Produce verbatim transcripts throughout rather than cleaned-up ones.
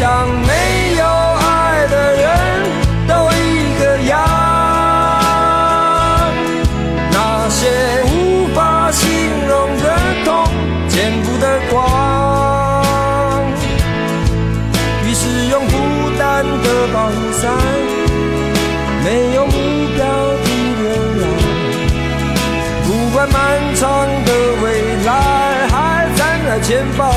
想没有爱的人都一个样，那些无法形容的痛，见不得光。于是用孤单的保护伞，没有目标的流浪，不管漫长的未来还站在前方。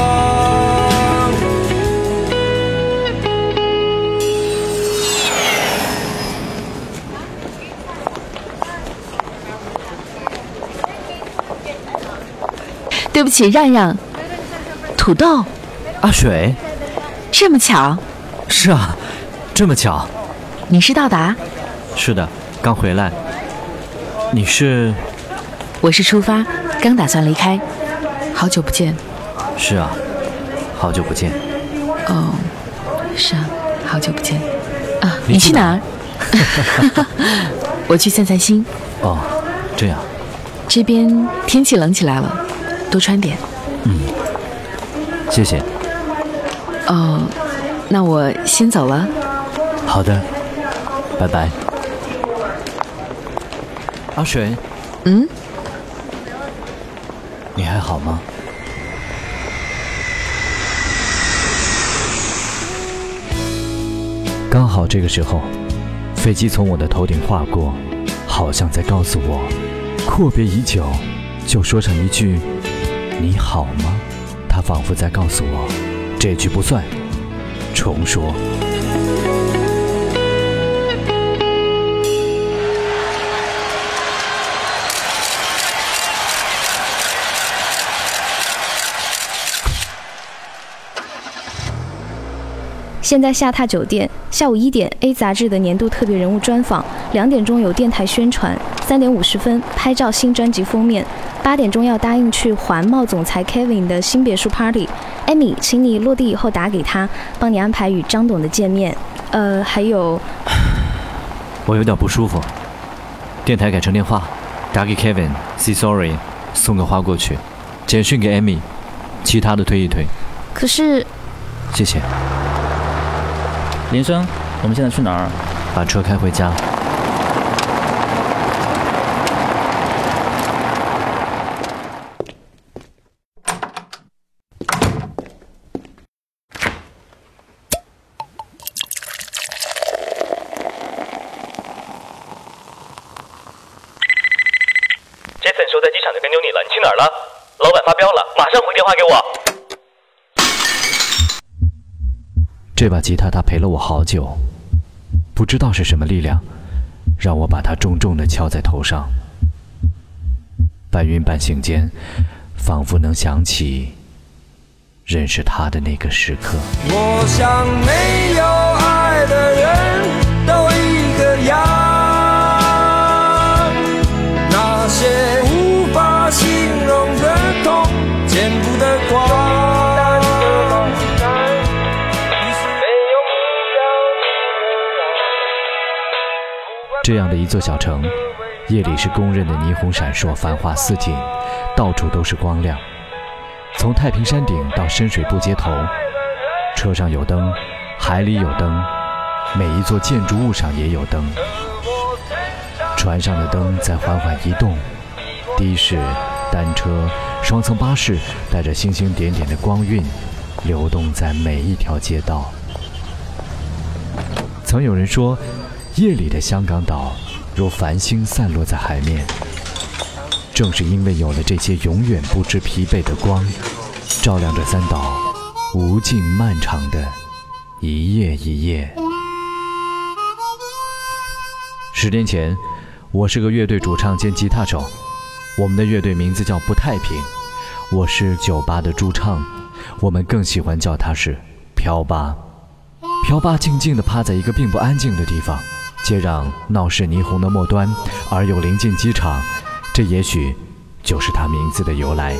对不起，让让。土豆， 阿水， 这么巧？ 是啊，这么巧。 你是到达？ 是的，刚回来。你是？ 我是出发，刚打算离开。好久不见。 是啊，好久不见。 哦，是啊，好久不见。啊， 你去哪儿？ 我去散散心。 哦，这样。 这边天气冷起来了。多穿点。 嗯，谢谢。 哦，那我先走了。 好的，拜拜。阿水。 嗯？ 你还好吗？刚好这个时候，飞机从我的头顶划过，好像在告诉我，阔别已久，就说上一句你好吗？他仿佛在告诉我，这句不算，重说。 现在下榻酒店，下午一点 A 杂志的年度特别人物专访，两点钟有电台宣传，三点五十分拍照新专辑封面，八点钟要答应去环贸总裁 Kevin 的新别墅 party。Amy， 请你落地以后打给他，帮你安排与张董的见面。呃，还有， 我有点不舒服，电台改成电话，打给 Kevin，say sorry， 送个花过去，简讯给 Amy， 其他的推一推。 可是， 谢谢。 林生，我们现在去哪儿？ 把车开回家。 这份收在机场就跟丢你了，你去哪儿了？老板发飙了，马上回电话给我。 这把吉他它陪了我好久，不知道是什么力量，让我把它重重地敲在头上。半晕半醒间，仿佛能想起认识他的那个时刻。 我想没有爱的人都一个样，那些无法形容的痛，见不得光。 这样的一座小城，夜里是公认的霓虹闪烁，繁华似锦，到处都是光亮。从太平山顶到深水埗街头，车上有灯，海里有灯，每一座建筑物上也有灯。船上的灯在缓缓移动，的士、单车、双层巴士带着星星点点的光晕，流动在每一条街道。曾有人说，夜里的香港岛如繁星散落在海面，正是因为有了这些永远不知疲惫的光，照亮着三岛无尽漫长的一夜一夜。十年前，我是个乐队主唱兼吉他手，我们的乐队名字叫不太平。我是酒吧的驻唱，我们更喜欢叫它是飘吧。飘吧静静地趴在一个并不安静的地方，接壤闹市霓虹的末端，而又临近机场，这也许就是它名字的由来。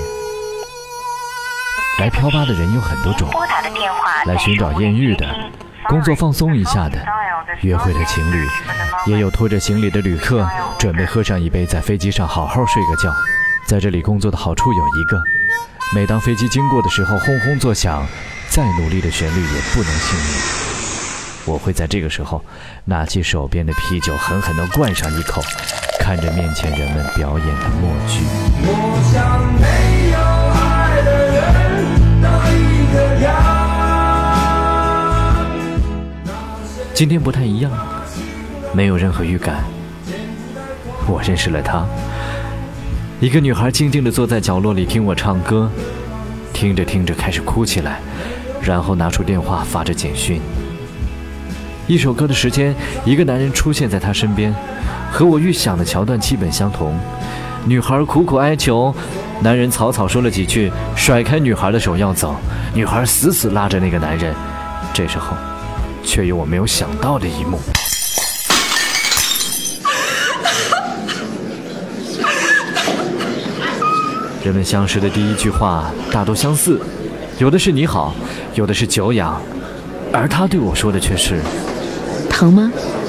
来飘吧的人有很多种，来寻找艳遇的，工作放松一下的，约会的情侣，也有拖着行李的旅客，准备喝上一杯，在飞机上好好睡个觉。在这里工作的好处有一个，每当飞机经过的时候轰轰作响， 再努力的旋律也不能幸免。我会在这个时候拿起手边的啤酒狠狠地灌上一口，看着面前人们表演的默剧。 我想没有爱的人都一个样。 今天不太一样，没有任何预感。我认识了她，一个女孩静静地坐在角落里听我唱歌，听着听着开始哭起来，然后拿出电话发着简讯。一首歌的时间，一个男人出现在她身边，和我预想的桥段基本相同。女孩苦苦哀求，男人草草说了几句，甩开女孩的手要走，女孩死死拉着那个男人。这时候却有我没有想到的一幕。人们相识的第一句话大都相似，有的是你好，有的是久仰，而他对我说的却是疼吗？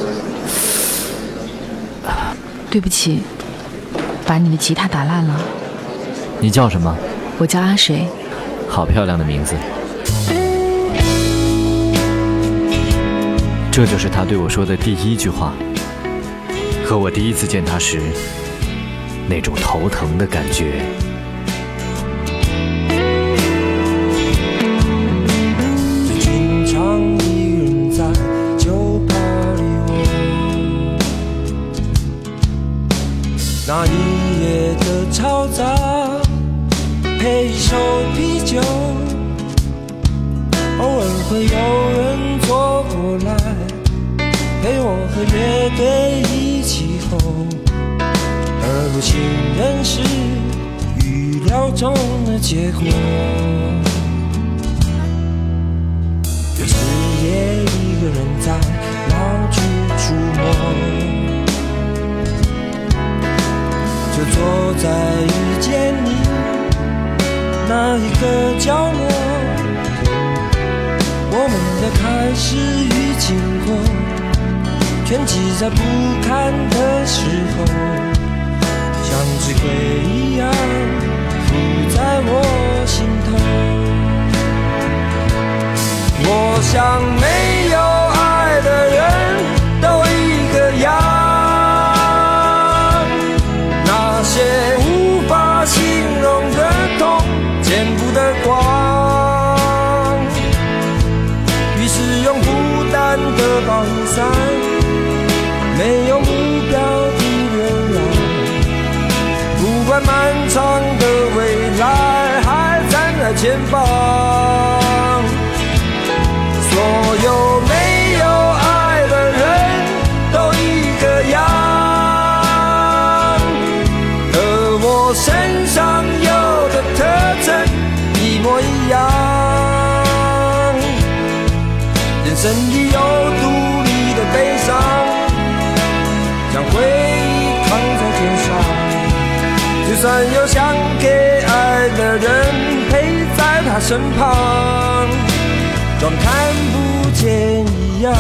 对不起，把你的吉他打烂了。 你叫什么？ 我叫阿水。 好漂亮的名字。这就是他对我说的第一句话，和我第一次见他时那种头疼的感觉。 最经常一人在酒吧里玩，那一夜的嘈杂配一手啤酒，偶尔会有人坐过来陪我和乐队一起吼，而不幸仍是预料中的结果。有时也一个人在老去出没，就坐在遇见你那一个角落，我们的开始与经过全记在不堪的时候，像只鬼一样附在我心头。我想没有爱的人都一个样，那些无法形容的痛见不得光，于是用孤单的保护伞，没有目标的流浪，不管漫长的未来还站在前方。所有没有爱的人都一个样，和我身上有的特征一模一样。人生里有独立的悲伤，将回忆扛在肩上，就算有想给爱的人陪在他身旁，装看不见一样。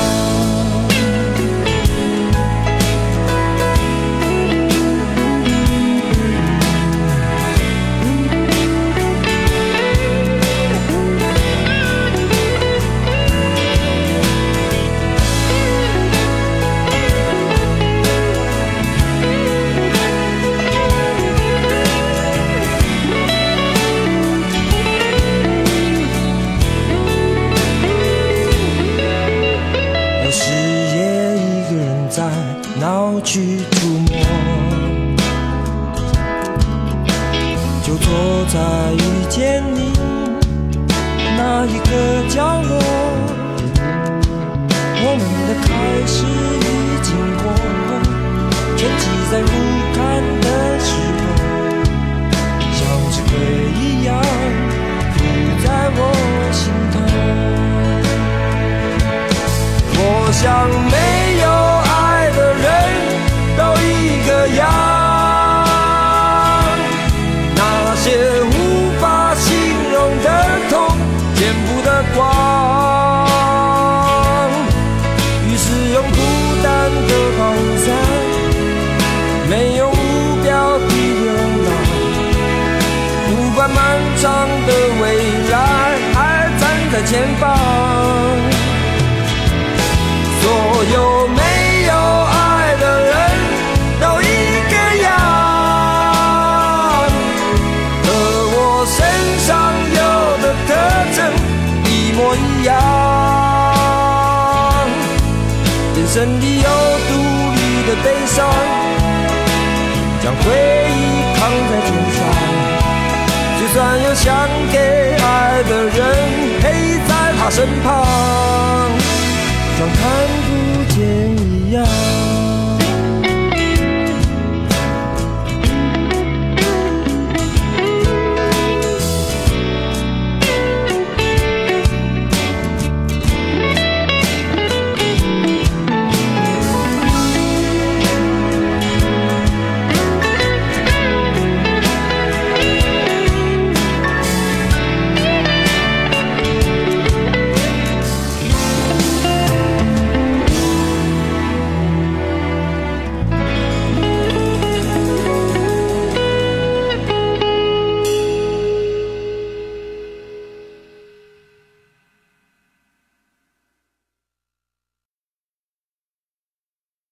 闹去触摸，就坐在遇见你那一个角落，我们的开始与经过全记在不堪的时候，像只鬼一样附在我心头。我想没有爱的人都一个样，那些无法形容的痛见不得光，于是用孤单的保护伞，没有目标的流浪，不管漫长的未来还站在在前方。所有没有爱的人都一个样，和我身上有的特征一模一样。眼神里有独立的悲伤，将回忆扛在肩上。就算有想给爱的人陪在他身旁，像看不见一样。